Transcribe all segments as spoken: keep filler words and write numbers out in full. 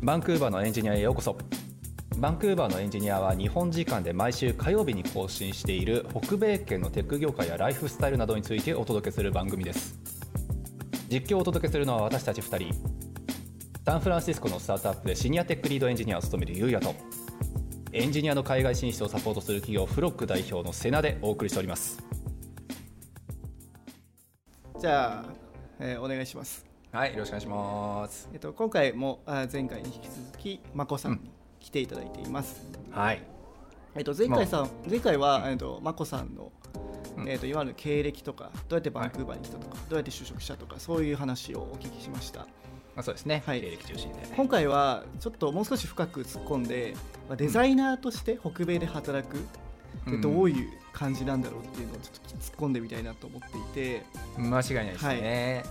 バンクーバーのエンジニアへようこそ。バンクーバーのエンジニアは日本時間で毎週火曜日に更新している北米圏のテック業界やライフスタイルなどについてお届けする番組です。実況をお届けするのは私たちふたり。サンフランシスコのスタートアップでシニアテックリードエンジニアを務めるゆうやと、エンジニアの海外進出をサポートする企業フロック代表のセナでお送りしております。 じゃあ、えー、お願いします。 はい、よろしくお願いします。 えっと、今回もあ前回に引き続きまこさんに来ていただいています。 うん、はい。 えっと、前回さん、前回は、えっと、まこさんの、 うんえっと、いわゆる経歴とか、どうやってバンクーバーに来たとか、はい、どうやって就職したとか、そういう話をお聞きしました。 あ、そうですね、 はい、 経歴中心で。 今回はちょっともう少し深く突っ込んで、デザイナーとして北米で働くってどういう感じなんだろうっていうのをちょっと突っ込んでみたいなと思っていて。 間違いないですね、はい、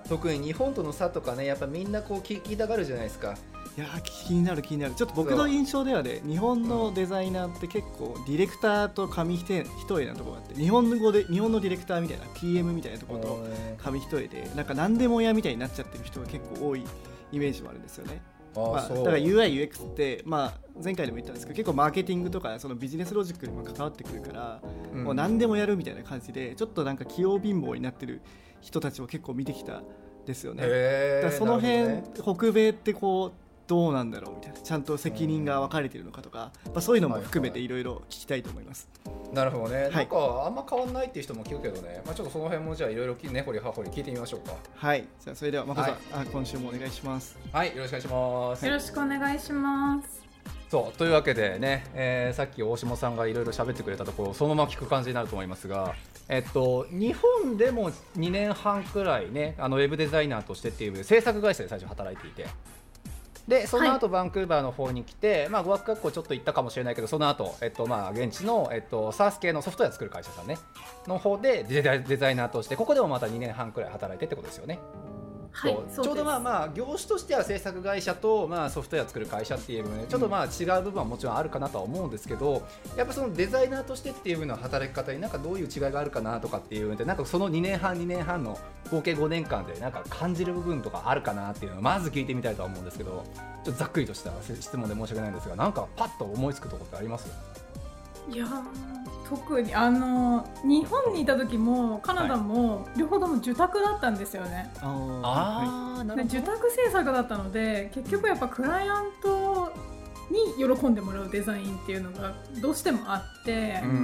特に日本との差とかね、やっぱみんなこう聞きたがるじゃないですか。 いや気になる気になる。ちょっと僕の印象ではね、日本のデザイナーって結構ディレクターと紙一重なところがあって、日本語で日本のディレクターみたいな ピーエム みたいなところと紙一重で、なんか何でもやみたいになっちゃってる人が結構多いイメージもあるんですよね。 あ、 まあ、 そうだから ユーアイユーエックス って、まあ、前回でも言ったんですけど、結構マーケティングとかそのビジネスロジックにも関わってくるから、うん、もう何でもやるみたいな感じで、ちょっとなんか器用貧乏になってる人たちを結構見てきたですよね。だからその辺、ね、北米ってこうどうなんだろうみたいな、ちゃんと責任が分かれているのかとか、まあ、そういうのも含めていろいろ聞きたいと思います。 なるほどね、はい、なんかあんま変わんないっていう人も聞くけどね、まあ、ちょっとその辺もじゃあいろいろね掘り葉掘り聞いてみましょうか。 はい、じゃあそれではまこさん、はい、あ今週もお願いします。 はい、よろしくお願いします。 よろしくお願いします。 そうというわけでね、えー、さっき大下さんがいろいろ喋ってくれたところ、そのまま聞く感じになると思いますが、えっと、日本でもにねんはんくらいね、あのウェブデザイナーとしてっていう制作会社で最初働いていて、でその後、はい、バンクーバーの方に来て、まあ、語学学校ちょっと行ったかもしれないけど、その後、えっとまあ現地の、えっと、サース系のソフトウェア作る会社さん、ね、の方でデザデザイナーとして、ここでもまたにねんはんくらい働いてってことですよね。 はい、 そうちょうどまあまあ業種としては制作会社とまあソフトウェア作る会社っていうので、ちょっとまあ違う部分はもちろんあるかなとは思うんですけど、やっぱそのデザイナーとしてっていう風な働き方になんかどういう違いがあるかなとかっていうので、なんかそのにねんはんにねんはんの合計ごねんかんでなんか感じる部分とかあるかなっていうのをまず聞いてみたいとは思うんですけど、ちょっとざっくりとした質問で申し訳ないんですが、なんかパッと思いつくところってあります？ いや特にあの日本にいた時もカナダも両方とも受託だったんですよね。 あ、はい、 で受託制作だったので、結局やっぱクライアントに喜んでもらうデザインっていうのがどうしてもあって、 うん、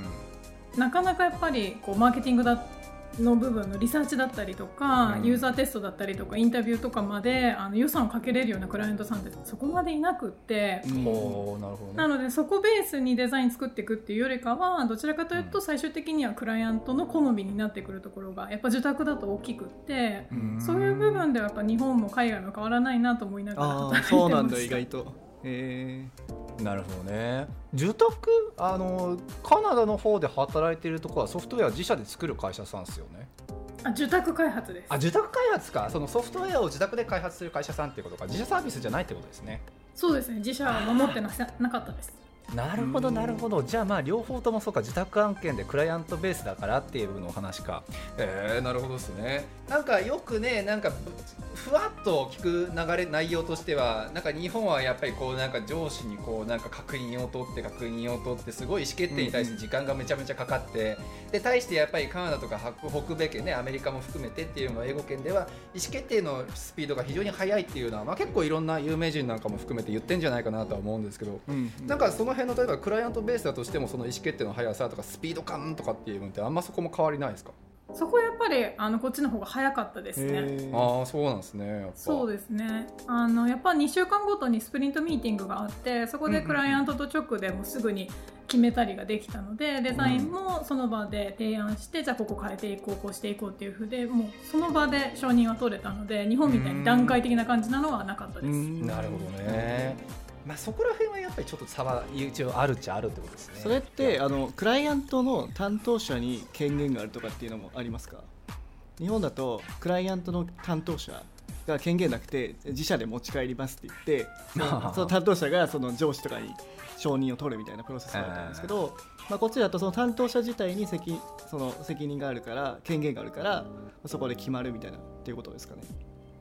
なかなかやっぱりこうマーケティングだの部分のリサーチだったりとか、うん、ユーザーテストだったりとかインタビューとかまであの予算をかけれるようなクライアントさんってそこまでいなくって、 うん、なるほどね。 なのでそこベースにデザイン作っていくっていうよりかは、どちらかというと最終的にはクライアントの好みになってくるところがやっぱ受託だと大きくって、うん、そういう部分ではやっぱ日本も海外も変わらないなと思いながら働いてました。 そうなんだ、意外と。へー、なるほどね。受託、あのカナダの方で働いているところはソフトウェア自社で作る会社さんですよね。 あ、受託開発です。 あ、受託開発か。そのソフトウェアを自宅で開発する会社さんっていうことか。自社サービスじゃないってことですね。 そうですね、自社は守って な, なかったです。 なるほどなるほど。じゃあまあ両方ともそうか、自宅案件でクライアントベースだからっていうのお話か。えー、なるほどですね。なんかよくね、なんかふわっと聞く流れ内容としては、なんか日本はやっぱりこうなんか上司にこうなんか確認を取って確認を取ってすごい意思決定に対して時間がめちゃめちゃかかって、うん、で対してやっぱりカナダとか北米圏ね、アメリカも含めてっていうのは英語圏では意思決定のスピードが非常に速いっていうのは、まあ、結構いろんな有名人なんかも含めて言ってんじゃないかなとは思うんですけど、うん、なんかその辺の例えばクライアントベースだとしてもその意思決定の速さとかスピード感とかっていうのってあんまそこも変わりないですか？ そこはやっぱりあのこっちの方が早かったですね。 ああ、そうなんですね。やっぱそうですね。あのやっぱにしゅうかんごとにスプリントミーティングがあって、そこでクライアントと直でもうすぐに決めたりができたので、デザインもその場で提案して、うん、じゃあここ変えていこう、こうしていこうっていう風で、もうその場で承認は取れたので、日本みたいに段階的な感じなのはなかったです。 なるほどね。まあ、そこら辺はやっぱりちょっと差は一応あるっちゃあるってことですね。 それってあのクライアントの担当者に権限があるとかっていうのもありますか？日本だとクライアントの担当者が権限なくて自社で持ち帰りますって言ってその担当者がその上司とかに承認を取るみたいなプロセスがあるんですけど、まあ、こっちだとその担当者自体に 責, その責任があるから権限があるからそこで決まるみたいなっていうことですかね。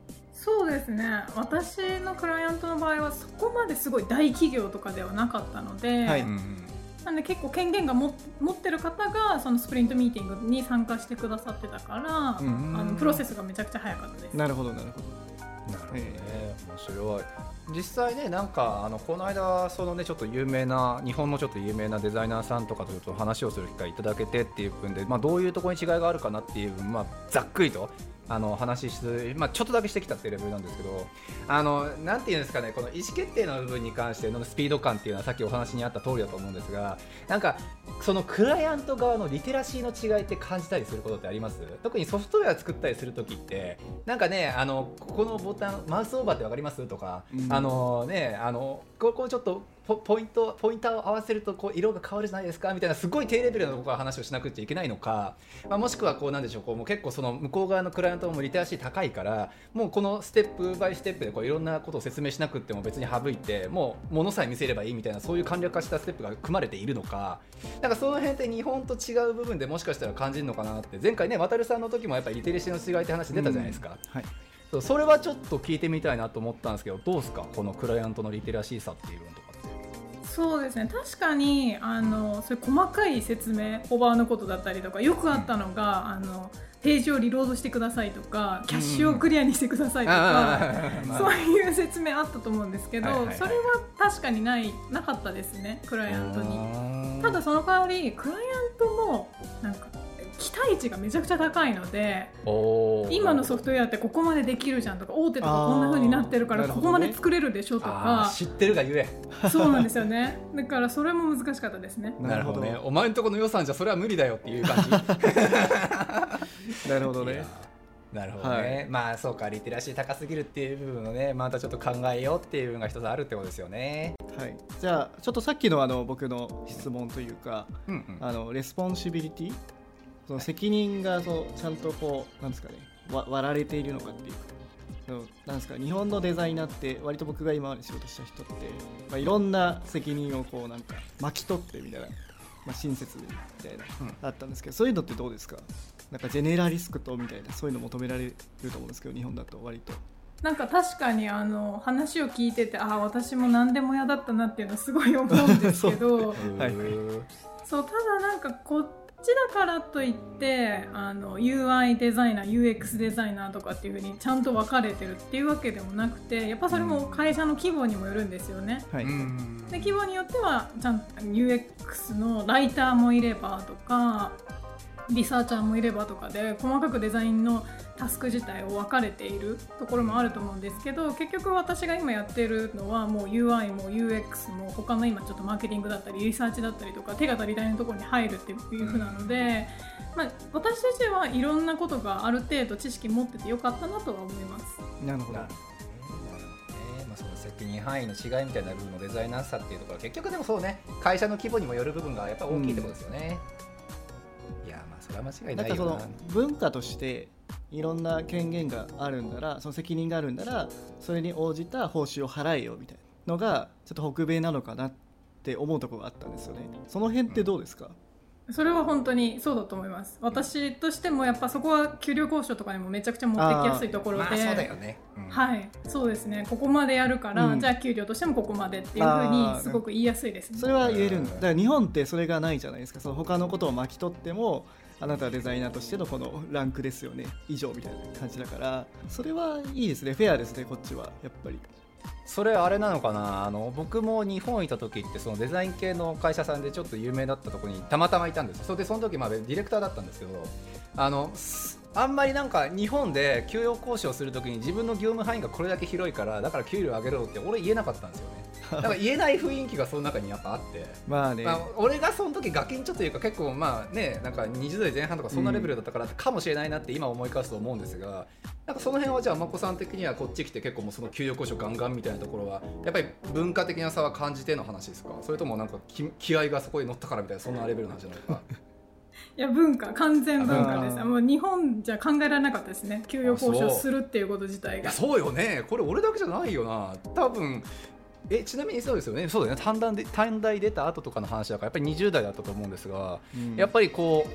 そうですね、私のクライアントの場合はそこまですごい大企業とかではなかったので、はい、なんで結構権限がも持ってる方がそのスプリントミーティングに参加してくださってたから、うん、あのプロセスがめちゃくちゃ早かったです。 なるほどなるほどなるほどね、面白い。実際ね、なんかあのこの間そのねちょっと有名な日本のちょっと有名なデザイナーさんとかとちょっと話をする機会いただけてっていう分で、まあ、どういうところに違いがあるかなっていう、まあ、ざっくりとあの話して、まあ、ちょっとだけしてきたっていうレベルなんですけど、あのなんていうんですかね、この意思決定の部分に関してのスピード感っていうのはさっきお話にあった通りだと思うんですが、なんかそのクライアント側のリテラシーの違いって感じたりすることってあります？特にソフトウェア作ったりするときってなんかね、あのここのボタンマウスオーバーってわかりますとか、うん、あのねあのここちょっとポ, ポイントポインターを合わせるとこう色が変わるじゃないですかみたいなすごい低レベルの僕は話をしなくちゃいけないのか、まあ、もしくはこうなんでしょう、こうもう結構その向こう側のクライアントもリテラシー高いからもうこのステップバイステップでこういろんなことを説明しなくても別に省いてもうものさえ見せればいいみたいな、そういう簡略化したステップが組まれているのか、なんかその辺って日本と違う部分でもしかしたら感じるのかなって。前回ね渡さんの時もやっぱりリテラシーの違いって話出たじゃないですか、 うん、はい、 そうそれはちょっと聞いてみたいなと思ったんですけど、どうですかこのクライアントのリテラシー差っていうのとか。 そうですね、確かにあのそういう細かい説明、ホバーのことだったりとかよくあったのが、あのページをリロードしてくださいとかキャッシュをクリアにしてくださいとか、うん、そういう説明あったと思うんですけど、はいはいはい、それは確かにないなかったですね、クライアントに。ただその代わりクライアントもなんか期待値がめちゃくちゃ高いので、今のソフトウェアってここまでできるじゃんとか、大手とかこんな風になってるからここまで作れるでしょとか、 知ってるがゆえそうなんですよね。だからそれも難しかったですね。 なるほどね、お前のところの予算じゃそれは無理だよっていう感じなるほどね。 なるほどね、はい、まあそうか、リテラシー高すぎるっていう部分をねまたちょっと考えようっていう部分が一つあるってことですよね。 はい、じゃあちょっとさっきのあの僕の質問というか、うんうん、あのレスポンシビリティ、その責任がそうちゃんとこうなんですかね、わ割られているのかっていうか、なんですか、日本のデザイナーって割と僕が今まで仕事した人って、まあ、いろんな責任をこうなんか巻き取ってみたいな、まあ、親切みたいな、うん、あったんですけど、そういうのってどうですか？なんかジェネラリスクとみたいな、そういうの求められると思うんですけど、日本だと割となんか確かにあの話を聞いてて、ああ私も何でも嫌だったなっていうのはすごい思うんですけどそう、はい、そうただなんかこっちだからといってあの ユーアイ デザイナー ユーエックス デザイナーとかっていう風にちゃんと分かれてるっていうわけでもなくて、やっぱそれも会社の規模にもよるんですよね、はい、で規模によってはちゃんと ユーエックス のライターもいればとかリサーチャーもいればとかで細かくデザインのタスク自体を分かれているところもあると思うんですけど、結局私が今やってるのはもう ユーアイ も ユーエックス も他の今ちょっとマーケティングだったりリサーチだったりとか手が足りないのところに入るっていう風なので、まあ、私自身はいろんなことがある程度知識持っててよかったなとは思います。 なるほど。 その責任範囲の違いみたいな部分のデザイナーさっていうところは結局でもそうね、会社の規模にもよる部分がやっぱり大きいってことですよね、うん、いやまあそれは間違いないよな。 なんかその文化としていろんな権限があるんなら、その責任があるんならそれに応じた報酬を払えよみたいなのがちょっと北米なのかなって思うところがあったんですよね。その辺ってどうですか？ うん、それは本当にそうだと思います。私としてもやっぱそこは給料交渉とかにもめちゃくちゃ持ってきやすいところで、 まあそうだよね、うん、 はいそうですね、ここまでやるから、うん、じゃあ給料としてもここまでっていう風にすごく言いやすいですね。 それは言えるんだ。だから日本ってそれがないじゃないですか。その他のことを巻き取ってもあなたはデザイナーとしてのこのランクですよね以上みたいな感じだから、それはいいですね、フェアですね、こっちはやっぱり。 それあれなのかな、あの僕も日本いた時ってそのデザイン系の会社さんでちょっと有名だったところにたまたまいたんですよ。それでその時まあディレクターだったんですけど、あのあんまりなんか日本で給与交渉するときに自分の業務範囲がこれだけ広いからだから給料上げろって俺言えなかったんですよね。だから言えない雰囲気がその中にやっぱあってまあね、まあ、 俺がその時ガキンチョというか結構まあねなんかにじゅう代前半とかそんなレベルだったからかもしれないなって今思い返すと思うんですが、なんかその辺はじゃあまこさん的にはこっち来て結構もうその給与交渉ガンガンみたいなところはやっぱり文化的な差は感じての話ですか？それともなんか 気, 気合がそこに乗ったからみたいなそんなレベルなんじゃないかいや文化、完全文化です。もう日本じゃ考えられなかったですね、給与交渉するっていうこと自体が。 そうよね、これ俺だけじゃないよな多分。えちなみにそうですよね、そうだよね、短大で短大出た後とかの話だからやっぱりにじゅう代だったと思うんですが、うん、やっぱりこう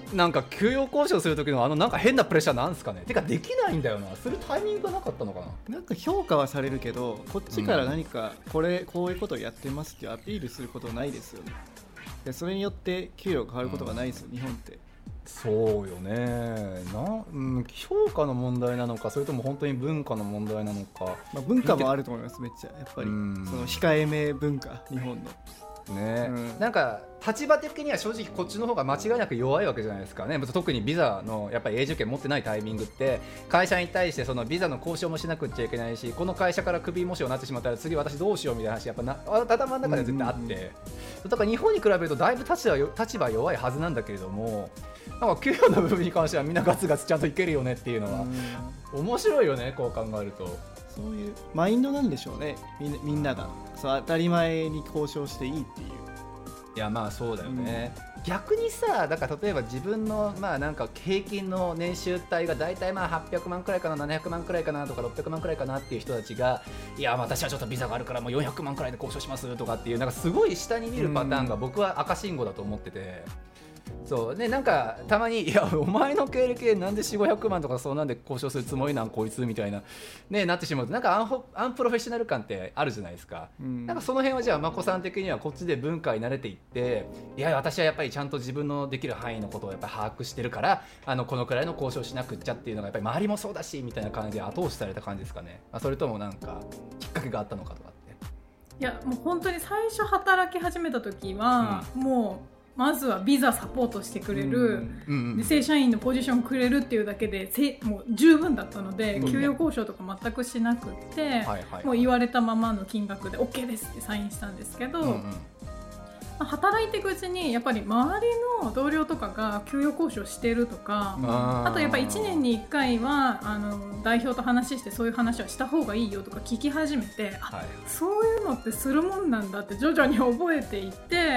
なんか給与交渉する時のあのなんか変なプレッシャーなんですかね。てかできないんだよな。するタイミングがなかったのかな。 なんか評価はされるけど、こっちから何かこれ、うん、こういうことをやってますってアピールすることないですよね。でそれによって給料が変わることがないですよ、うん、日本って。 そうよねな、うん、評価の問題なのか、それとも本当に文化の問題なのか。 まあ、文化もあると思います。めっちゃやっぱり、うん、その控えめ文化、日本のね、うん、なんか立場的には正直こっちの方が間違いなく弱いわけじゃないですかね。特にビザのやっぱり永住権持ってないタイミングって会社に対してそのビザの交渉もしなくちゃいけないし、この会社からクビもしようなってしまったら次私どうしようみたいな話やっぱな頭の中で絶対あって、うんうんうん、だから日本に比べるとだいぶ立場、立場弱いはずなんだけれども、なんか給与の部分に関してはみんなガツガツちゃんといけるよねっていうのは、うん、面白いよね、こう考えると。 そういうマインドなんでしょうね、みんな、みんながそう当たり前に交渉していいっていう。 いやまあそうだよね、うん、逆にさ、だから例えば自分のまあなんか平均の年収帯がだいたいまあはっぴゃくまんくらいかな、ななひゃくまんくらいかなとかろっぴゃくまんくらいかなっていう人たちが、いや私はちょっとビザがあるからもうよんひゃくまんくらいで交渉しますとかっていう、なんかすごい下に見るパターンが僕は赤信号だと思ってて、そうね、なんかたまにいやお前の経歴でなんでよんひゃくごひゃくまんとかそうなんで交渉するつもりなんこいつみたいな、ね、なってしまうとなんかアンホアンプロフェッショナル感ってあるじゃないですか、うん、なんかその辺はじゃあまこさん的にはこっちで文化に慣れていって、いや私はやっぱりちゃんと自分のできる範囲のことをやっぱり把握してるからあのこのくらいの交渉しなくっちゃっていうのがやっぱり周りもそうだしみたいな感じで後押しされた感じですかね。あ、それともなんかきっかけがあったのかとかって。 いやもう本当に最初働き始めた時は、うん、もうまずはビザサポートしてくれる、うん、で正社員のポジションくれるっていうだけでせもう十分だったので、うん、給与交渉とか全くしなくって、はいはいはい、もう言われたままの金額で OK ですってサインしたんですけど、うんうん、働いていくうちにやっぱり周りの同僚とかが給与交渉してるとか、あとやっぱりいちねんにいっかいはあの代表と話してそういう話はした方がいいよとか聞き始めて、はい、あ、そういうのってするもんなんだって徐々に覚えていって、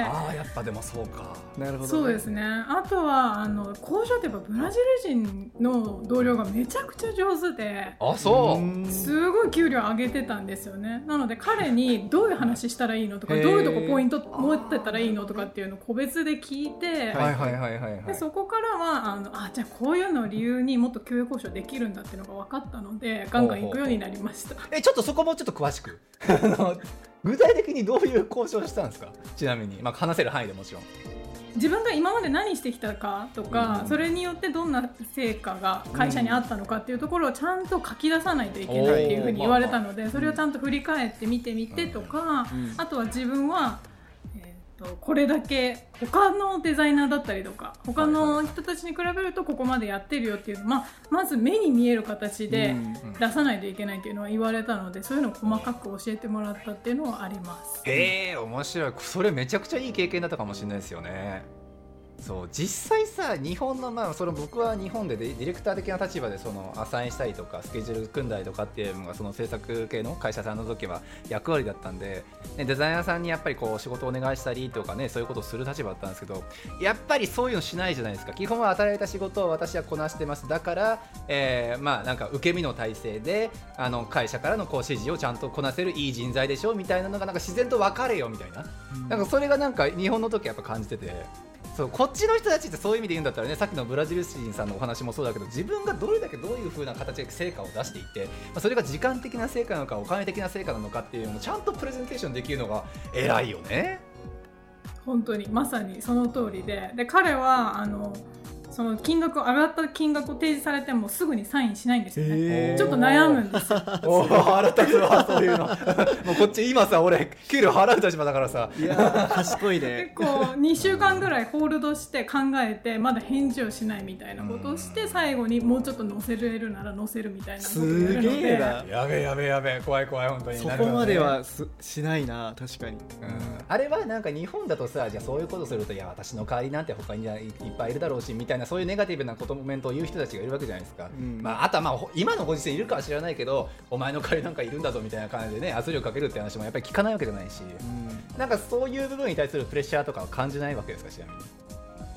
ああやっぱでもそうか、 なるほど、ね、 そうですね。あとはあの交渉ってやっぱブラジル人の同僚がめちゃくちゃ上手で、 あ、そうすごい給料上げてたんですよね。なので彼にどういう話したらいいのとかどういうとこポイント持ってたらいいのとかっていうのを個別で聞いて、 はいはいはいはいはい、 でそこからはあのあじゃあこういうのを理由にもっと給与交渉できるんだっていうのが分かったのでガンガン行くようになりました。 えちょっとそこもちょっと詳しく具体的にどういう交渉したんですか。ちなみに、まあ、話せる範囲でもちろん自分が今まで何してきたかとか、うん、それによってどんな成果が会社にあったのかっていうところをちゃんと書き出さないといけないっていうふうに言われたので、それをちゃんと振り返って見てみてとか、うん、あとは自分はこれだけ他のデザイナーだったりとか他の人たちに比べるとここまでやってるよっていうのを、まあ、まず目に見える形で出さないといけないっていうのは言われたので、そういうのを細かく教えてもらったっていうのはあります。 へー、面白い。それめちゃくちゃいい経験だったかもしれないですよね。そう実際さ日本の、まあ、その僕は日本でディレクター的な立場でそのアサインしたりとかスケジュール組んだりとかっていうのがその制作系の会社さんの時は役割だったんで、ね、デザイナーさんにやっぱりこう仕事をお願いしたりとかねそういうことをする立場だったんですけど、やっぱりそういうのしないじゃないですか。基本は与えられた仕事を私はこなしてます、だから、えー、まあなんか受け身の体制であの会社からのこう指示をちゃんとこなせるいい人材でしょみたいなのがなんか自然と分かれよみたいな、うん、なんかそれがなんか日本の時やっぱ感じてて、そうこっちの人たちってそういう意味で言うんだったらね、さっきのブラジル人さんのお話もそうだけど、自分がどれだけどういう風な形で成果を出していて、まあ、それが時間的な成果なのかお金的な成果なのかっていうのをちゃんとプレゼンテーションできるのが偉いよね。 本当にまさにその通りで、で彼はあのその金額上がった金額を提示されてもすぐにサインしないんですよね。ちょっと悩むんですよ。 おー腹立つわそういうのもうこっち今さ俺給料払う立場だからさ、 いや賢いね。 結構にしゅうかんぐらいホールドして考えてまだ返事をしないみたいなことをして最後にもうちょっと載せれるなら載せるみたいなことをやるので、すげえな。 やべやべやべ怖い怖い本当に。 そこまではすしないな確かに、うん、 あれはなんか日本だとさ、じゃあそういうことするといや私の代わりなんて他にいっぱいいるだろうしみたいな、そういうネガティブなコメントを言う人たちがいるわけじゃないですか、うんまあ、あとはまあ今のご時世いるかは知らないけどお前の代わりなんかいるんだぞみたいな感じでね圧力かけるって話もやっぱり聞かないわけじゃないし、うん、なんかそういう部分に対するプレッシャーとかは感じないわけですか。ちなみに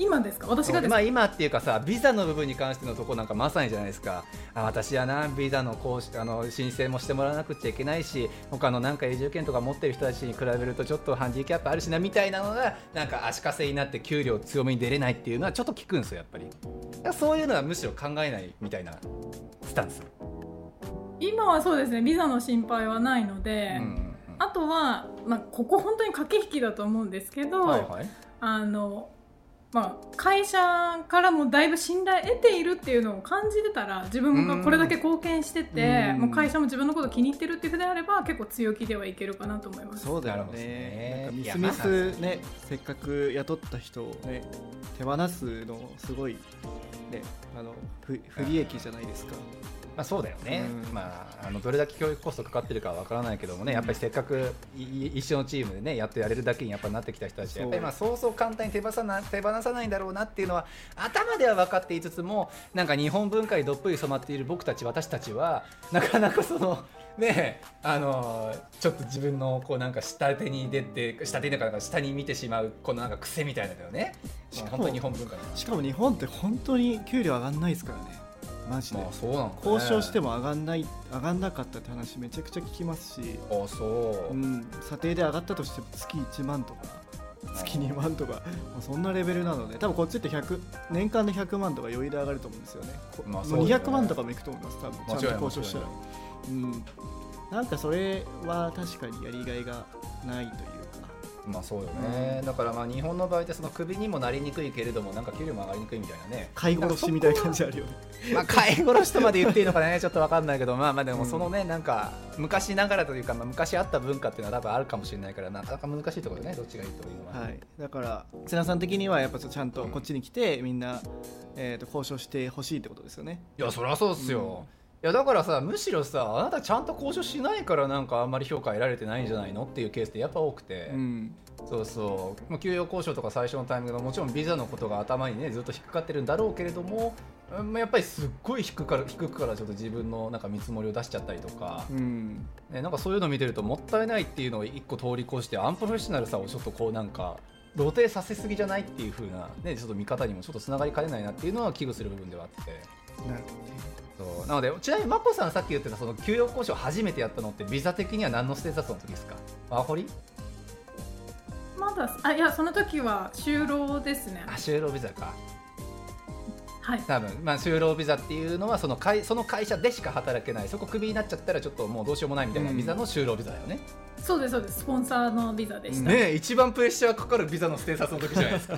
今ですか？私がですか？ まあ、今っていうかさ、ビザの部分に関してのとこなんかまさにじゃないですか。あ、私はなビザのこうあの申請もしてもらわなくちゃいけないし、他のなんか永住権とか持ってる人たちに比べるとちょっとハンディキャップあるしなみたいなのがなんか足かせになって給料強めに出れないっていうのはちょっと聞くんですよやっぱり。だからそういうのはむしろ考えないみたいなスタンス。 今はそうですね、ビザの心配はないので、うんうんうん、あとは、まあ、ここ本当に駆け引きだと思うんですけど、はいはい、あのまあ、会社からもだいぶ信頼得ているっていうのを感じてたら、自分がこれだけ貢献してて、もう会社も自分のこと気に入ってるっていうふうであれば結構強気ではいけるかなと思います。 そうだよね。なんかミスミスね、せっかく雇った人を、ね、手放すのすごい、ね、あの不利益じゃないですか。 まあ、そうだよね、うん、まあ、あのどれだけ教育コストかかってるかは分からないけどもね、やっぱりせっかく一緒のチームでねやっとやれるだけにやっぱなってきた人たちはやっぱりまあそうそう簡単に手放さな、手放さないんだろうなっていうのは頭では分かっていつつも、なんか日本文化にどっぷり染まっている僕たち私たちはなかなかそのね、あのちょっと自分のこうなんか下手に出て下手になんか下に見てしまうこのなんか癖みたいなのよね。 しかも日本文化しかも日本って本当に給料上がんないですからね。マジで、まあそうなんだね、交渉しても上がんない上がんなかったって話めちゃくちゃ聞きますし、 あそう、 うん、査定で上がったとしても月いちまんとか月にまんとか、まあ、そんなレベルなので、多分こっちってひゃく年間でひゃくまんとか余裕で上がると思うんですよね。まあそうだね、もうにひゃくまんとかもいくと思います、多分ちゃんと交渉したら。うん、なんかそれは確かにやりがいがないというか。 まあそうよね、うん、だからまあ日本の場合ってそのクビにもなりにくいけれどもなんか給料も上がりにくいみたいなね、 飼い殺しみたいな感じあるよね。 まあ飼い殺しとまで言っていいのかねちょっと分かんないけど、まあまあでもそのね、うん、なんか昔ながらというか、まあ、昔あった文化っていうのは多分あるかもしれないからなかなか難しいところでね、どっちがいいというのは、 はい、だから瀬名さん的にはやっぱちゃんとこっちに来てみんな、えー、と交渉してほしいってことですよね。 いやそりゃそうっすよ、うん、いやだからさ、むしろさあなたちゃんと交渉しないからなんかあんまり評価得られてないんじゃないのっていうケースってやっぱ多くて、うん、そうそう、給与交渉とか最初のタイミングでもちろんビザのことが頭にねずっと引っかかってるんだろうけれども、やっぱりすっごい低くから低くからちょっと自分のなんか見積もりを出しちゃったりとか、うんね、なんかそういうのを見てるともったいないっていうのを一個通り越してアンプロフェッショナルさをちょっとこうなんか露呈させすぎじゃないっていう風なね、ちょっと見方にもちょっとつながりかねないなっていうのは危惧する部分ではあって。なるほど。そうなので、ちなみにマコさんさっき言ってたその給与交渉初めてやったのってビザ的には何のステータスの時ですか？ワーホリ？ まだあいやその時は就労ですね。 あ就労ビザか。 はい、 多分、まあ、就労ビザっていうのはその会、その会社でしか働けない、そこクビになっちゃったらちょっともうどうしようもないみたいなビザの就労ビザだよね、 うん、そうですそうです、スポンサーのビザでしたね。一番プレッシャーかかるビザのステータスの時じゃないですか。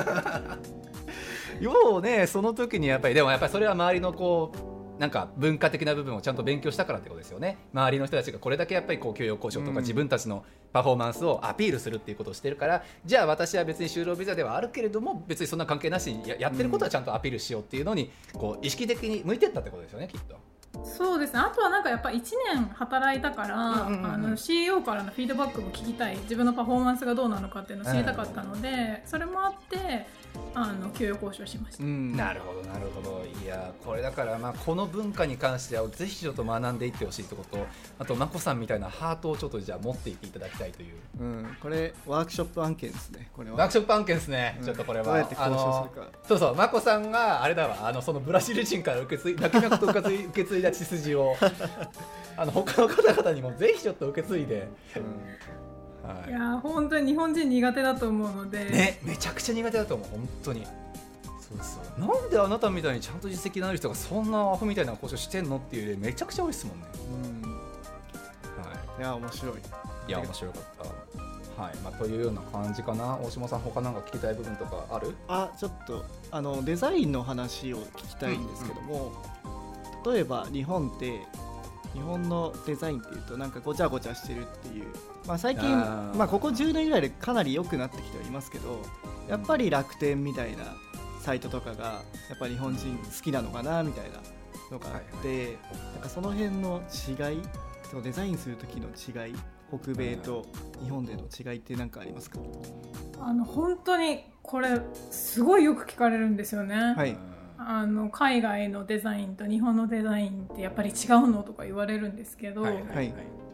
ようね、その時にやっぱりでもやっぱりそれは周りのこうなんか文化的な部分をちゃんと勉強したからってことですよね。周りの人たちがこれだけやっぱりこう給与交渉とか自分たちのパフォーマンスをアピールするっていうことをしてるから、じゃあ私は別に就労ビザではあるけれども別にそんな関係なしに や, やってることはちゃんとアピールしようっていうのにこう意識的に向いてったってことですよね、きっと。 そうですね。あとはなんかやっぱいちねん働いたから、うんうんうん、あの シーイーオー からのフィードバックも聞きたい、自分のパフォーマンスがどうなのかっていうのを知りたかったので、うん、それもあってあの給与交渉しました、うん、 なるほどなるほど。いやこれだからまあこの文化に関してはぜひちょっと学んでいってほしいってこと、あとまこさんみたいなハートをちょっとじゃあ持っていっていただきたいという、 うん、これワークショップ案件ですね。これはワークショップ案件ですね、うん、ちょっとこれはどうやって交渉するか。 そうそう、まこさんがあれだわ、あのそのブラジル人から受け継い泣き泣くと受け継い受け継いだ血筋をあの他の方々にもぜひちょっと受け継いで、 うんはい、いや本当に日本人苦手だと思うので、 ね、めちゃくちゃ苦手だと思う本当に。そうそう、なんであなたみたいにちゃんと実績のある人がそんなアホみたいな交渉してんのっていう例めちゃくちゃ多いですもんね、うんはい、いや面白い。 いや面白かった、はい、まあ、というような感じかな。大島さん他なんか聞きたい部分とかある？ あちょっとあのデザインの話を聞きたいんですけども、うんうん、例えば日本って日本のデザインっていうとなんかごちゃごちゃしてるっていう、まあ、最近あ、まあ、ここじゅうねんぐらいでかなり良くなってきてはいますけど、やっぱり楽天みたいなサイトとかがやっぱり日本人好きなのかなみたいなのがあって、はいはい、なんかその辺の違い、そのデザインする時の違い、北米と日本での違いって何かありますか？ あの本当にこれすごいよく聞かれるんですよね、はい、あの海外のデザインと日本のデザインってやっぱり違うのとか言われるんですけど、はいはいはい、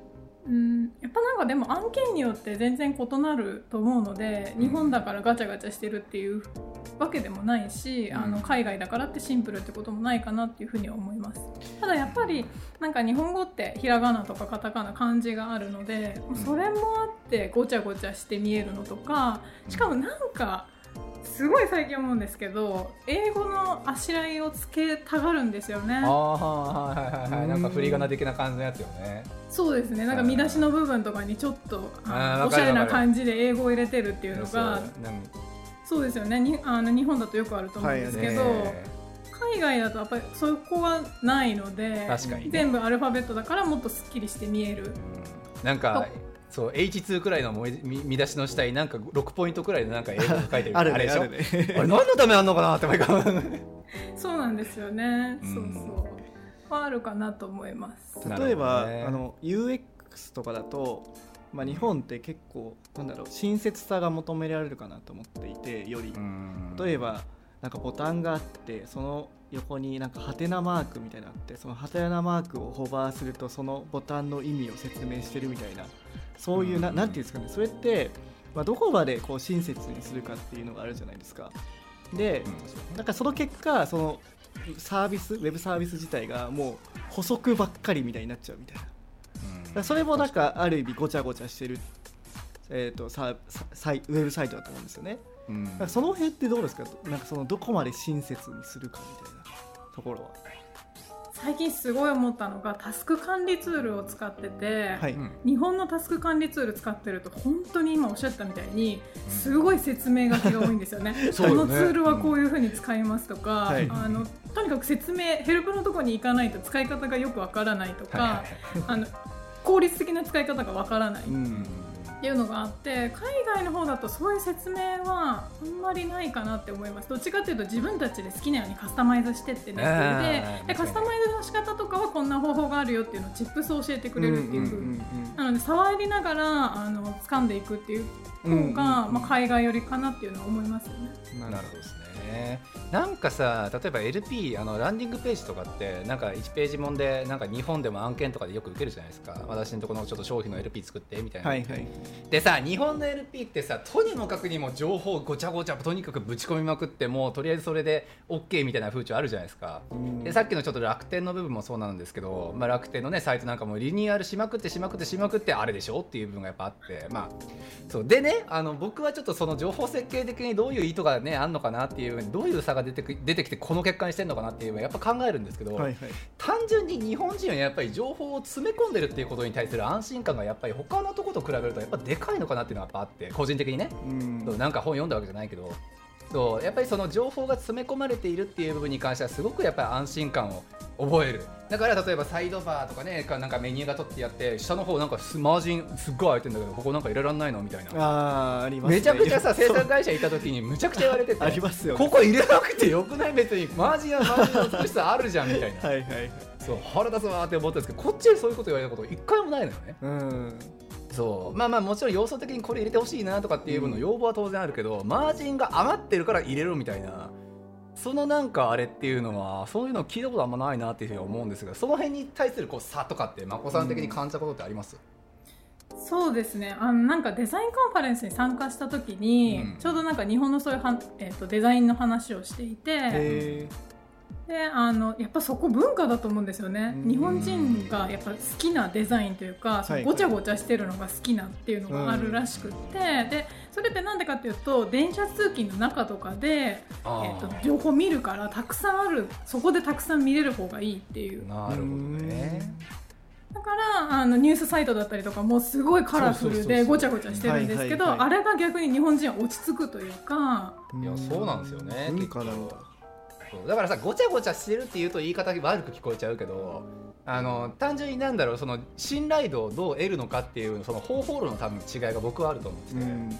うん、やっぱなんかでも案件によって全然異なると思うので、日本だからガチャガチャしてるっていうわけでもないし、うん、あの海外だからってシンプルってこともないかなっていうふうには思います。ただやっぱりなんか日本語ってひらがなとかカタカナ漢字があるので、それもあってごちゃごちゃして見えるのとか、しかもなんかすごい最近思うんですけど、英語のあしらいをつけたがるんですよね。 ああ、はいはいはいはい、なんか振り仮名的な感じのやつよね。 そうですね、なんか見出しの部分とかにちょっとおしゃれな感じで英語を入れてるっていうのが、そうですよね、にあの日本だとよくあると思うんですけど、はい、海外だとやっぱりそこはないので、確かにね、全部アルファベットだからもっとすっきりして見える、うん、 なんかそう エイチツー くらいの見出しの下になんかろくポイントくらいのなんか英語が書いてるあれでしょ。あれね、あれ何のためあんのかなって毎回そうなんですよね、うん、そうそうはあるかなと思います。 例えば、ね、あの ユーエックス とかだと、まあ、日本って結構なんだろう、親切さが求められるかなと思っていて、より例えばなんかボタンがあって、その横になんかハテナマークみたいなのあって、そのハテナマークをホバーするとそのボタンの意味を説明してるみたいな、そういう な, なんていうんですかね、それって、まあ、どこまでこう親切にするかっていうのがあるじゃないですか。で、なんかその結果、そのサービスウェブサービス自体がもう補足ばっかりみたいになっちゃうみたいな、だからそれもなんかある意味ごちゃごちゃしてる、えー、とササイウェブサイトだと思うんですよね。うん、だからその辺ってどうですか、なんかそのどこまで親切にするかみたいなところは。 最近すごい思ったのが、タスク管理ツールを使ってて、はい、日本のタスク管理ツール使ってると本当に今おっしゃったみたいにすごい説明書きが多いんですよね。このツールはこういう風に使いますとか、はい、あのとにかく説明、ヘルプのところに行かないと使い方がよくわからないとか、はい、あの効率的な使い方がわからない、うんっていうのがあって、海外の方だとそういう説明はあんまりないかなって思います。どっちかというと自分たちで好きなようにカスタマイズしてってね、えー、で, でカスタマイズの仕方とかはこんな方法があるよっていうのをチップスを教えてくれるっていう風、うんうんうんうん、なので触りながらあの掴んでいくっていう方が、うんうんうん、まあ、海外寄りかなっていうのは思いますよね。 なるほどですね。なんかさ、例えば エルピー あのランディングページとかってなんかいちページもんでなんか日本でも案件とかでよく受けるじゃないですか。私のところのちょっと商品の エルピー 作ってみたいな、はいはい、でさ、日本の エルピー ってさ、とにもかくにも情報ごちゃごちゃとにかくぶち込みまくって、もうとりあえずそれで OK みたいな風潮あるじゃないですか。でさっきのちょっと楽天の部分もそうなんですけど、まあ、楽天のねサイトなんかもリニューアルしまくってしまくってしまくってあれでしょっていう部分がやっぱあって、まあそうでね、あの僕はちょっとその情報設計的にどういう意図がねあんのかなっていう、どういう差が出てく出てきてこの結果にしてんのかなっていうのはやっぱ考えるんですけど、はいはい、単純に日本人はやっぱり情報を詰め込んでるっていうことに対する安心感がやっぱり他のところと比べるとやっぱでかいのかなっていうのはやっぱあって、個人的にね、うんなんか本読んだわけじゃないけど、そうやっぱりその情報が詰め込まれているっていう部分に関してはすごくやっぱり安心感を覚える。だから例えばサイドバーとかね、なんかメニューが取ってやって下の方なんかマージンすっごい開いてるんだけど、ここなんか入れらんないのみたいな、 あありますね、 めちゃくちゃさ生産会社行った時にむちゃくちゃ言われててありますよ、ね、 ここ入れなくてよくない、別にマージンはマージンの少しさあるじゃんみたいなはいはい、はい、そう腹立つわって思ったんですけど、こっちでそういうこと言われたこと一回もないのよね。うんそうまあまあもちろん要素的にこれ入れてほしいなとかっていう分の要望は当然あるけど、うん、マージンが余ってるから入れろみたいな、そのなんかあれっていうのはそういうの聞いたことあんまないなっていうふうに思うんですが、その辺に対するこう差とかってまこさん的に感じたことってあります？ うん、そうですね、あのなんかデザインカンファレンスに参加した時に、うん、ちょうどなんか日本のそういうは、えーと、デザインの話をしていて、であのやっぱそこ文化だと思うんですよね。日本人がやっぱ好きなデザインというか、そのごちゃごちゃしてるのが好きなっていうのがあるらしくって、でそれってなんでかっていうと、電車通勤の中とかで、えー、と情報見るからたくさんある、そこでたくさん見れる方がいいっていう。 なるほどね。 だからあのニュースサイトだったりとかもすごいカラフルでごちゃごちゃしてるんですけど、あれが逆に日本人は落ち着くというか。 いやそうなんですよね。 文化なんだ。 だからさ、ごちゃごちゃしてるっていうと言い方が悪く聞こえちゃうけど、あの単純になんだろう、その信頼度をどう得るのかっていうその方法論の多分違いが僕はあると思ってて、うん、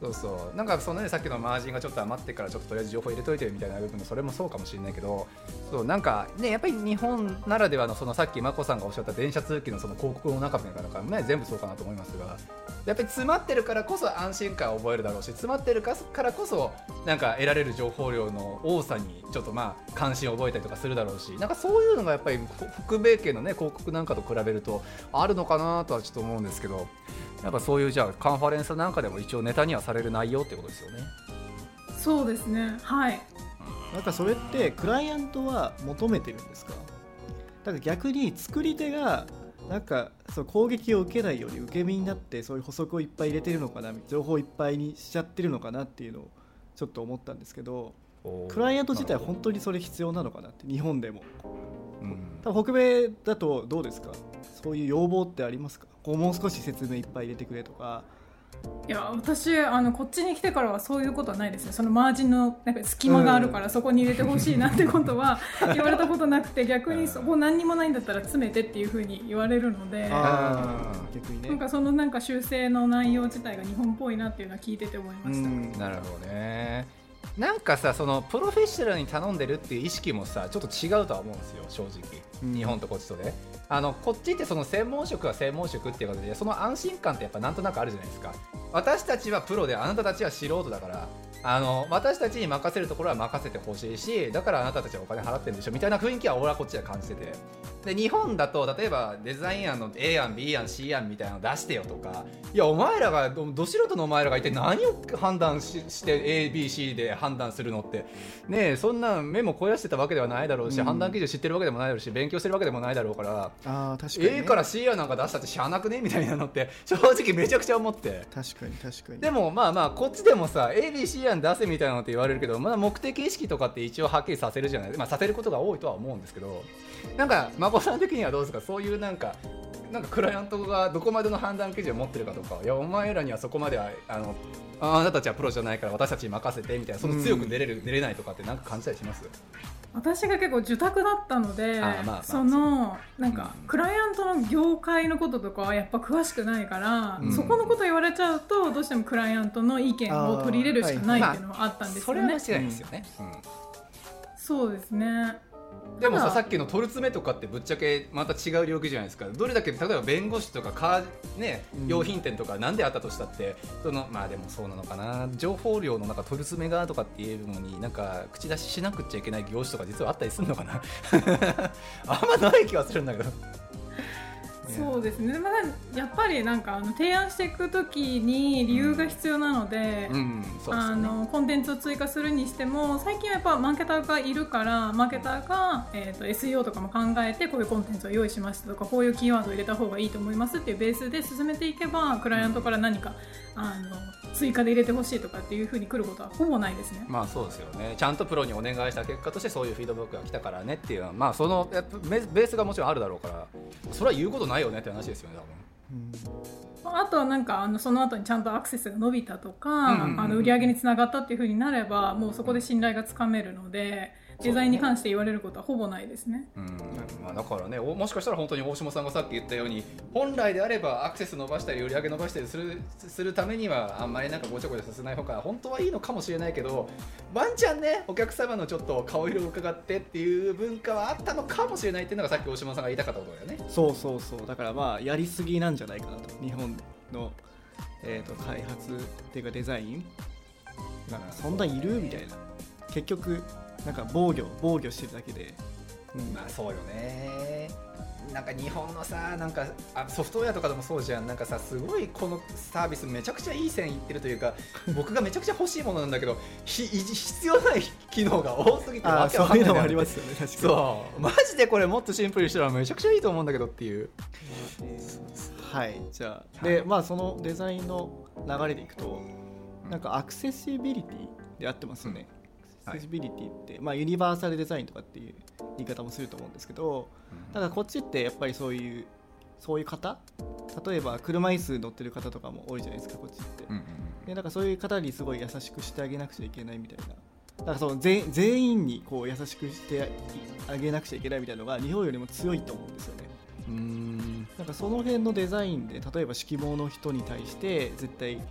そうそうなんかそのねさっきのマージンがちょっと余ってからちょっととりあえず情報入れといてみたいな部分のそれもそうかもしれないけど、そうなんかねやっぱり日本ならではのそのさっきまこさんがおっしゃった電車通勤のその広告の中身からね全部そうかなと思いますが、やっぱり詰まってるからこそ安心感を覚えるだろうし、詰まってるからこそなんか得られる情報量の多さにちょっとまあ関心を覚えたりとかするだろうし、なんかそういうのがやっぱり北米系のね広告なんかと比べるとあるのかなとはちょっと思うんですけど、やっぱそういうじゃあカンファレンスなんかでも一応ネタにはされる内容ってことですよね。 そうですね、はい。 なんかそれってクライアントは求めてるんですか？だから逆に作り手がなんかそう攻撃を受けないように受け身になってそういう補足をいっぱい入れてるのかな、情報いっぱいにしちゃってるのかなっていうのをちょっと思ったんですけど、クライアント自体は本当にそれ必要なのかなって日本でも、うん、多分北米だとどうですか？そういう要望ってありますか？こうもう少し説明いっぱい入れてくれとか。 いや私あのこっちに来てからはそういうことはないですね。そのマージンのなんか隙間があるからそこに入れてほしいなってことは言われたことなくて、逆にそこ何にもないんだったら詰めてっていう風に言われるので、 あ逆にね、 なんかそのなんか修正の内容自体が日本っぽいなっていうのは聞いてて思いました。 なるほどね。なんかさそのプロフェッショナルに頼んでるっていう意識もさちょっと違うとは思うんですよ正直、うん、日本とこっちとね。あのこっちってその専門職は専門職っていうことでその安心感ってやっぱなんとなくあるじゃないですか。私たちはプロであなたたちは素人だから、あの私たちに任せるところは任せてほしいし、だからあなたたちはお金払ってるんでしょみたいな雰囲気は俺はこっちで感じてて、で日本だと例えばデザイン案の A 案 B 案 C 案みたいなの出してよとか、いやお前らがどど素人のお前らが一体何を判断 し, して A、B、C で判断するのってねえ、そんな目も肥やしてたわけではないだろうし、うん、判断基準知ってるわけでもないだろうし勉強してるわけでもないだろうから、 あ確かに、ね、 A から C 案なんか出したってしゃあなくねみたいなのって正直めちゃくちゃ思って、 確かに確かに。 でもまあまあこっちでもさ エービーシー 案出せみたいなのって言われるけど、まだ目的意識とかって一応はっきりさせるじゃない、まあさせることが多いとは思うんですけど、なんか孫さん的にはどうですか、そういうなんかなんかクライアントがどこまでの判断基準を持ってるかとか、いやお前らにはそこまではあのあなたたちはプロじゃないから私たちに任せてみたいな、その強く出れる、うん、出れないとかってなんか感じたりします？ 私が結構受託だったので、 まあまあ、 そのなんか、うん、クライアントの業界のこととかはやっぱ詳しくないから、うん、そこのこと言われちゃうとどうしてもクライアントの意見を取り入れるしかないっていうのはあったんですよね。 まあ、それは間違いですよね、うんうん、 そうですね。 でもさ、さっきの取る詰めとかってぶっちゃけまた違う領域じゃないですか。どれだけ例えば弁護士とかカー、ね、用品店とかなんであったとしたって、うん、そのまあでもそうなのかな、情報量のなんか取る詰めがとかっていうのになんか口出ししなくちゃいけない業種とか実はあったりするのかなあんまない気はするんだけどそうですね、まあ、やっぱりなんかあの提案していくときに理由が必要なので、あのコンテンツを追加するにしても最近はやっぱマーケターがいるからマーケターが、えーと、エスイーオー とかも考えてこういうコンテンツを用意しましたとかこういうキーワードを入れた方がいいと思いますっていうベースで進めていけばクライアントから何かあの追加で入れてほしいとかっていう風に来ることはほぼないですね。 まあそうですよね。ちゃんとプロにお願いした結果としてそういうフィードバックが来たからねっていうのは、まあそのやっぱベースがもちろんあるだろうからそれは言うことないよねって話ですよね多分。 うん、あとはなんかあのその後にちゃんとアクセスが伸びたとか、うんうん、あの売り上げにつながったっていう風になればもうそこで信頼がつかめるのでデザインに関して言われることはほぼないですね。 うん、まあ、だからね、もしかしたら本当に大下さんがさっき言ったように本来であればアクセス伸ばしたり売り上げ伸ばしたりする、するためにはあんまりなんかごちゃごちゃさせない方が本当はいいのかもしれないけど、ワンチャンねお客様のちょっと顔色を伺ってっていう文化はあったのかもしれないっていうのがさっき大下さんが言いたかったことだよね。 そうそうそう、だからまあやりすぎなんじゃないかなと、日本の、えーと開発っていうかデザインなんかそんないるみたいな、結局なんか防御防御してるだけで、 うん、まあそうよね。なんか日本のさなんかあソフトウェアとかでもそうじゃん、なんかさすごいこのサービスめちゃくちゃいい線いってるというか僕がめちゃくちゃ欲しいものなんだけどひ必要ない機能が多すぎてわけわかんない。 そういうのもありますよね。確かにそうマジでこれもっとシンプルにしたらめちゃくちゃいいと思うんだけどっていう、 はい。じゃあでまあそのデザインの流れでいくとなんかアクセシビリティで合ってますよね、うん、アクセシビリティって、まあ、ユニバーサルデザインとかっていう言い方もすると思うんですけど、だからこっちってやっぱりそういうそういう方、例えば車椅子乗ってる方とかも多いじゃないですかこっちって、うんうんうん、でなんかそういう方にすごい優しくしてあげなくちゃいけないみたいな、だからその 全, 全員にこう優しくしてあげなくちゃいけないみたいなのが日本よりも強いと思うんですよね。うーんなんかその辺のデザインで例えば色盲の人に対して絶対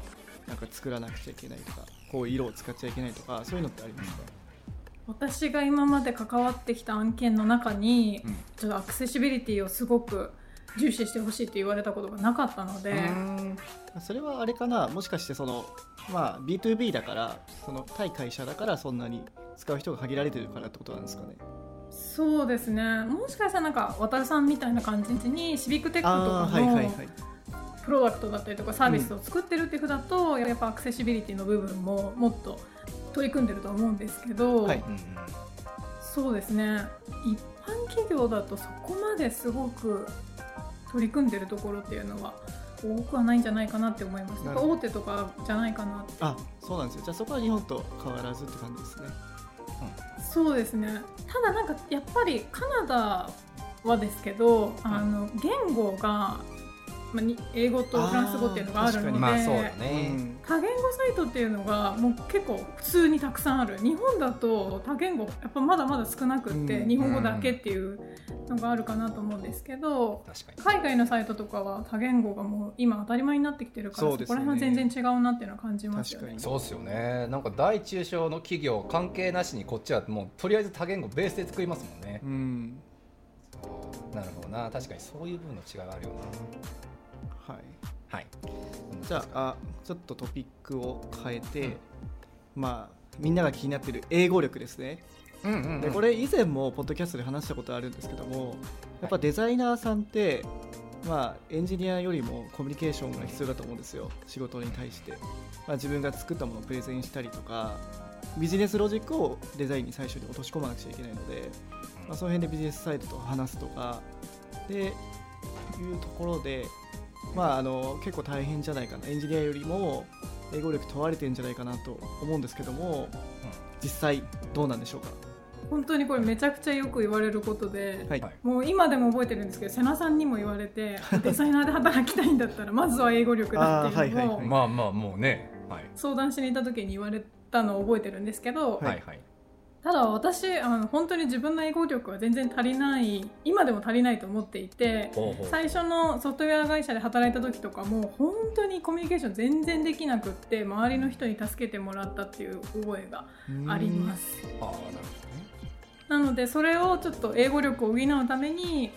なんか作らなくちゃいけないとか、こういう色を使っちゃいけないとか、そういうのってありますか？ 私が今まで関わってきた案件の中に、 うん、 ちょっとアクセシビリティをすごく重視してほしいって言われたことがなかったので、 それはあれかな、もしかしてその、まあ、ビーツービー だからその対会社だからそんなに使う人が限られてるからってことなんですかね。 そうですね、もしかしたらなんか渡るさんみたいな感じにシビックテックとかのプロダクトだったりとかサービスを作ってるっていうふうだと、やっぱアクセシビリティの部分ももっと取り組んでると思うんですけど、はい、そうですね、一般企業だとそこまですごく取り組んでるところっていうのは多くはないんじゃないかなって思います。大手とかじゃないかなって。 あ、そうなんですよ。じゃあそこは日本と変わらずって感じですね。 うん、そうですね。ただなんかやっぱりカナダはですけど、あの言語がまあ、英語とフランス語っていうのがあるので、 まあそうだね、 多言語サイトっていうのがもう結構普通にたくさんある。日本だと多言語やっぱまだまだ少なくって、うん、日本語だけっていうのがあるかなと思うんですけど、確かに海外のサイトとかは多言語がもう今当たり前になってきてるから、 そ, そこら辺は全然違うなっていうのは感じますよね。 そうですよね。なんか大中小の企業関係なしにこっちはもうとりあえず多言語ベースで作りますもんね、うん、なるほどな。確かにそういう分の違いがあるよな。 はいはい、 じゃあ、あちょっとトピックを変えて、うん、まあみんなが気になっている英語力ですね、うんうんうん、でこれ以前もポッドキャストで話したことあるんですけども、やっぱデザイナーさんって、まあ、エンジニアよりもコミュニケーションが必要だと思うんですよ、仕事に対して。まあ、自分が作ったものをプレゼンしたりとか、ビジネスロジックをデザインに最初に落とし込まなくちゃいけないので、まあ、その辺でビジネスサイトと話すとかでいうところで、まあ、あの結構大変じゃないかな、エンジニアよりも英語力問われてるんじゃないかなと思うんですけども、うん、実際どうなんでしょうか。 本当にこれめちゃくちゃよく言われることで、 はい、 もう今でも覚えてるんですけど、瀬名さんにも言われてデザイナーで働きたいんだったらまずは英語力だっていうのをまあまあもうね、はい、 相談しに行った時に言われたのを覚えてるんですけど、 はいはい、 ただ私あの本当に自分の英語力は全然足りない、今でも足りないと思っていて、ほうほう、最初のソフトウェア会社で働いた時とかも本当にコミュニケーション全然できなくって、周りの人に助けてもらったっていう覚えがあります。あ、なるほどね。なのでそれをちょっと英語力を補うために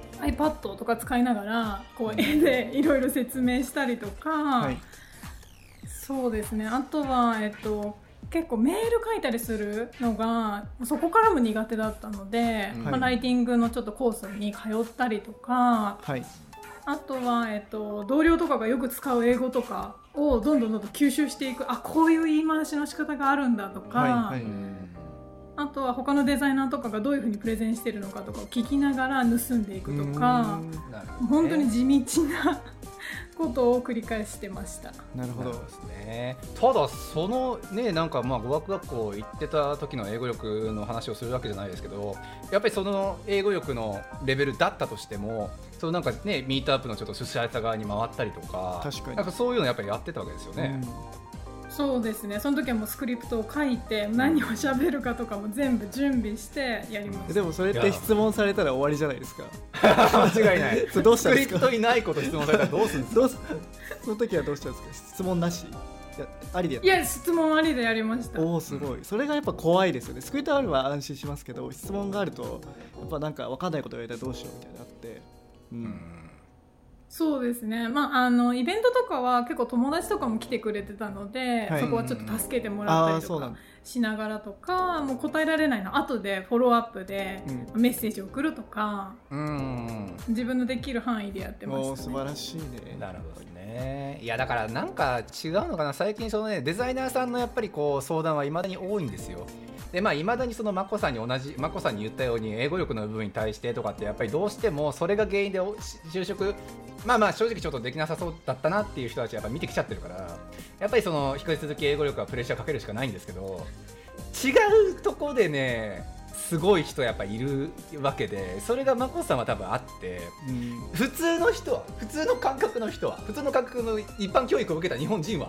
iPad とか使いながらこう絵でいろいろ説明したりとか、はい、そうですね、あとはえっと結構メール書いたりするのがそこからも苦手だったので、はい、まあ、ライティングのちょっとコースに通ったりとか、はい、あとは、えっと、同僚とかがよく使う英語とかをどんどんどんどん吸収していく、あ、こういう言い回しの仕方があるんだとか、はいはい、あとは他のデザイナーとかがどういう風にプレゼンしてるのかとかを聞きながら盗んでいくとか、本当に地道なことを繰り返してました。 なるほどですね。ただそのね、なんかまあ語学学校行ってた時の英語力の話をするわけじゃないですけど、やっぱりその英語力のレベルだったとしても、そのなんかね、ミートアップのちょっと主催者側に回ったりとか、 確かになんかそういうのやっぱりやってたわけですよね。 そうですね、その時はもうスクリプトを書いて何を喋るかとかも全部準備してやります。 でもそれって質問されたら終わりじゃないですか。 間違いない。 それどうしたんですか。 スクリプトにないこと質問されたらどうするんですか。 その時はどうしたんですか。質問なし、いやありでやった。 いや、質問ありでやりました。 おお、すごい、うん、それがやっぱ怖いですよね。スクリプトあるは安心しますけど、質問があるとやっぱなんか分かんないこと言われたらどうしようみたいなのあって、うん、うん、 そうですね、まあ、あのイベントとかは結構友達とかも来てくれてたので、はい、そこはちょっと助けてもらったりとかしながらとか、もう答えられないの後でフォローアップでメッセージを送るとか、うん、自分のできる範囲でやってましたね。 お、素晴らしいね。 なるほどね。いやだからなんか違うのかな、最近その、ね、デザイナーさんのやっぱりこう相談は未だに多いんですよ。で、まあ、未だにそのマコさんに同じマコさんに言ったように英語力の部分に対してとかってやっぱりどうしてもそれが原因で就職、まあまあ正直ちょっとできなさそうだったなっていう人たちはやっぱ見てきちゃってるから、やっぱりその引き続き英語力はプレッシャーかけるしかないんですけど、違うとこでねすごい人やっぱいるわけで、それがマコさんは多分あって、うん、普通の人は普通の感覚の人は普通の感覚の一般教育を受けた日本人は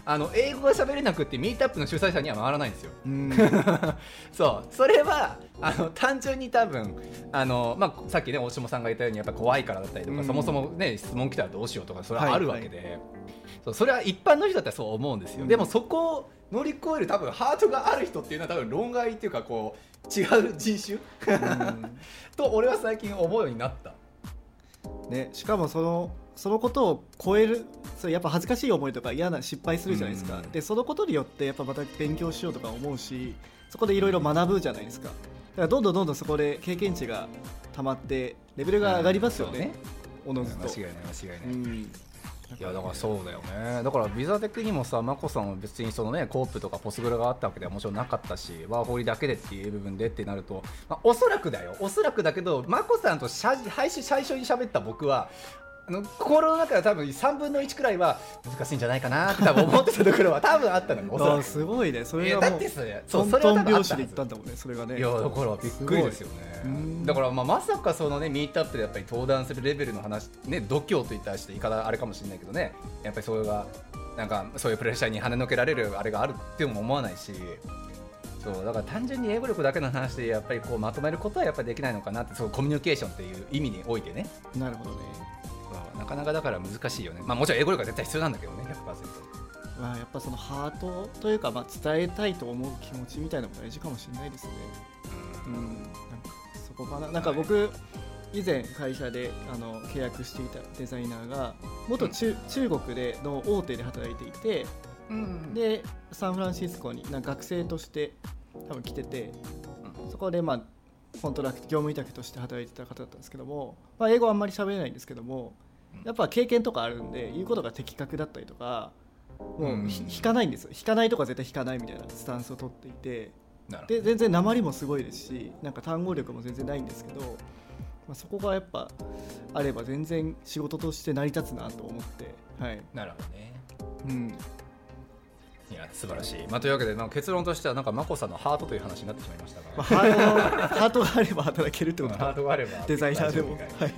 あの英語が喋れなくってミートアップの主催者には回らないんですよ。 うんそうそれはあの単純に多分あの、まあ、さっきね大下さんが言ったようにやっぱ怖いからだったりとか、うん、そもそもね質問来たらどうしようとかそれはあるわけで、はいはい、そうそれは一般の人だったらそう思うんですよ、うん、でもそこを乗り越える多分ハートがある人っていうのは多分論外っていうかこう違う人種、うん、と俺は最近思うようになった、 ね、しかもそのそのことを超えるそれやっぱ恥ずかしい思いとか嫌な失敗するじゃないですか、うん、でそのことによってやっぱまた勉強しようとか思うしそこでいろいろ学ぶじゃないですか。だからどんどんどんどんそこで経験値が溜まってレベルが上がりますよね、おのずと。 間違いない間違いない、うん、いやだからそうだよね。だからビザ的にもさマコさんは別にそのねコープとかポスグラがあったわけではもちろんなかったしワーホリだけでっていう部分でってなると、まあ、おそらくだよおそらくだけどマコさんと配信最初に喋った僕はあの心の中で多分さんぶんのいちくらいは難しいんじゃないかなって多分思ってたところは多分あったのよ。おそらくすごいねそれがもうだってそれそうそれは多分あったはず。 で言ったんだもんねそれがね。 いやだからびっくりですよね。だからまあまさかそのねミートアップでやっぱり登壇するレベルの話ね度胸といったして言い方あれかもしれないけどねやっぱりそれがなんかそういうプレッシャーに跳ねのけられるあれがあるっても思わないし。そうだから単純に英語力だけの話でやっぱりこうまとめることはやっぱりできないのかなってそうコミュニケーションっていう意味においてね。 なるほどね。 なかなかだから難しいよね。まあもちろん英語力は絶対必要なんだけどね ひゃくパーセント。 まあやっぱそのハートというかまあ伝えたいと思う気持ちみたいなのも大事かもしれないですね。うん、うん、なんかそこかな。なんか僕以前会社であの契約していたデザイナーが元中、うん、中国での大手で働いていて、うん、でサンフランシスコになんか学生として多分来てて、うん、そこでまあコントラクト業務委託として働いてた方だったんですけども、まあ、英語はあんまり喋れないんですけどもやっぱ経験とかあるんで言うことが的確だったりとかもう引かないんですよ。引かないとか絶対引かないみたいなスタンスを取っていてで全然訛りもすごいですしなんか単語力も全然ないんですけど、まあ、そこがやっぱあれば全然仕事として成り立つなと思って、はい、 なるほどね、 うん、 いや素晴らしい、まあ、というわけで、まあ、結論としてはなんかマコさんのハートという話になってしまいましたが、 まあ、ハートハートがあれば働けるってことハートがあればデザイナーでもはい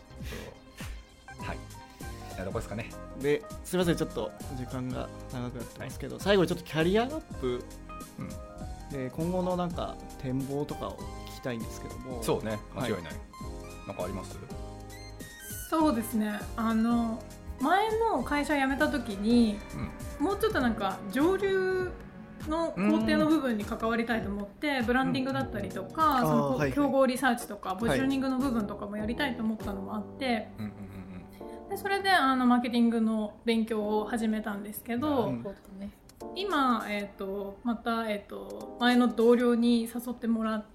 どこですかね。 ですみませんちょっと時間が長くなってますけど、はい、最後にちょっとキャリアアップ、うん、で今後のなんか展望とかを聞きたいんですけども。 そうね間違いない、はい、なんかあります？ そうですねあの前の会社辞めた時に、うん、もうちょっとなんか上流の工程の部分に関わりたいと思って、うん、ブランディングだったりとか、うん、そのはい、競合リサーチとかポジショニングの部分とかもやりたいと思ったのもあって、はい、でそれであのマーケティングの勉強を始めたんですけど、うん、今、えー、とまた、えー、と前の同僚に誘ってもらって、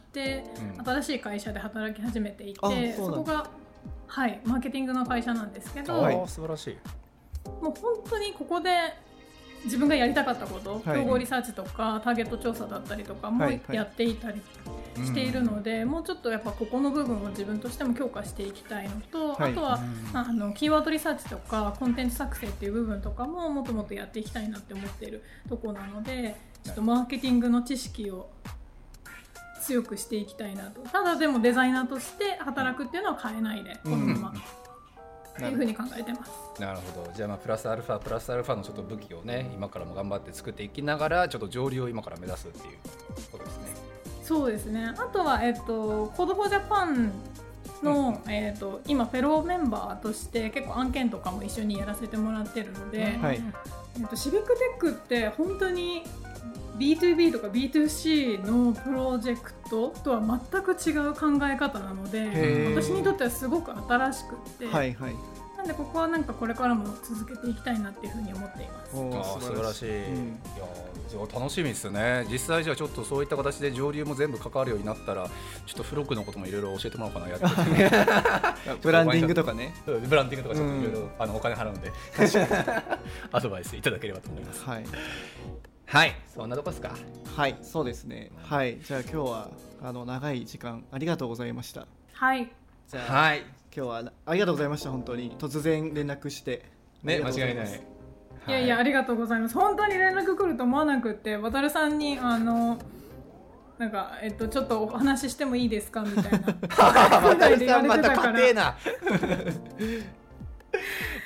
うん、新しい会社で働き始めていて そ, そこが、はい、マーケティングの会社なんですけど、 はい、素晴らしい。 もう本当にここで自分がやりたかったこと、はい、競合リサーチとかターゲット調査だったりとかもやっていたりしているので、はいはい、もうちょっとやっぱここの部分を自分としても強化していきたいのと、はい、あとはあのキーワードリサーチとかコンテンツ作成っていう部分とかももっともっとやっていきたいなって思っているところなのでちょっとマーケティングの知識を強くしていきたいなと。ただでもデザイナーとして働くっていうのは変えないでこのまま、うんっていうふうに考えてます。 なるほど。じゃあまあプラスアルファプラスアルファのちょっと武器をね今からも頑張って作っていきながらちょっと上流を今から目指すっていうことですね。 そうですね。あとはえっとコードフォージャパンの、うん、えっと今フェローメンバーとして結構案件とかも一緒にやらせてもらってるので、はい、えっとシビックテックって本当に ビーツービー とか ビーツーシー のプロジェクトとは全く違う考え方なので私にとってはすごく新しくって、はいはい、なんでここはなんかこれからも続けていきたいなっていうふうに思っています。 あ素晴らしい、うん、いや楽しみですね。実際じゃあちょっとそういった形で上流も全部関わるようになったらちょっとフロックのこともいろいろ教えてもらおうかなやってブランディングとかねブランディングとかちょっといろいろあのお金払うんでアドバイスいただければと思います。はいはい、そんなとこですか。 はい、そうですね。はい、じゃあ今日はあの長い時間ありがとうございました。 はい。 じゃあ、はい、今日はありがとうございました。本当に突然連絡してね間違いない。 いやいやありがとうございます。本当に連絡来ると思わなくって渡るさんにあのなんかえっとちょっとお話ししてもいいですかみたいな。 渡るさんまた硬えな。い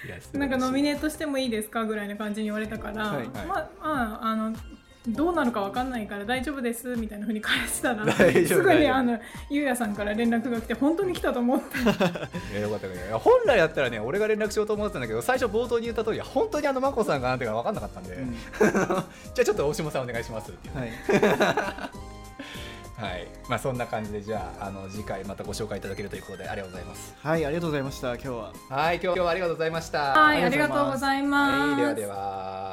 なんかノミネートしてもいいですかぐらいな感じに言われたから、はい、まあ、まあ、あのどうなるか分かんないから大丈夫ですみたいな風に返したらすぐにあのゆうやさんから連絡が来て本当に来たと思っていやよかったね。本来だったらね俺が連絡しようと思ってたんだけど最初冒頭に言った通り本当にあのまこさんがなんていうか分かんなかったんで、うん、じゃあちょっと大下さんお願いしますっていう、はいはい、まあそんな感じでじゃあ、あの次回またご紹介いただけるということでありがとうございます。 はい、ありがとうございました。今日ははい、今日はありがとうございました。 はい、ありがとうございます。 はい、ではでは。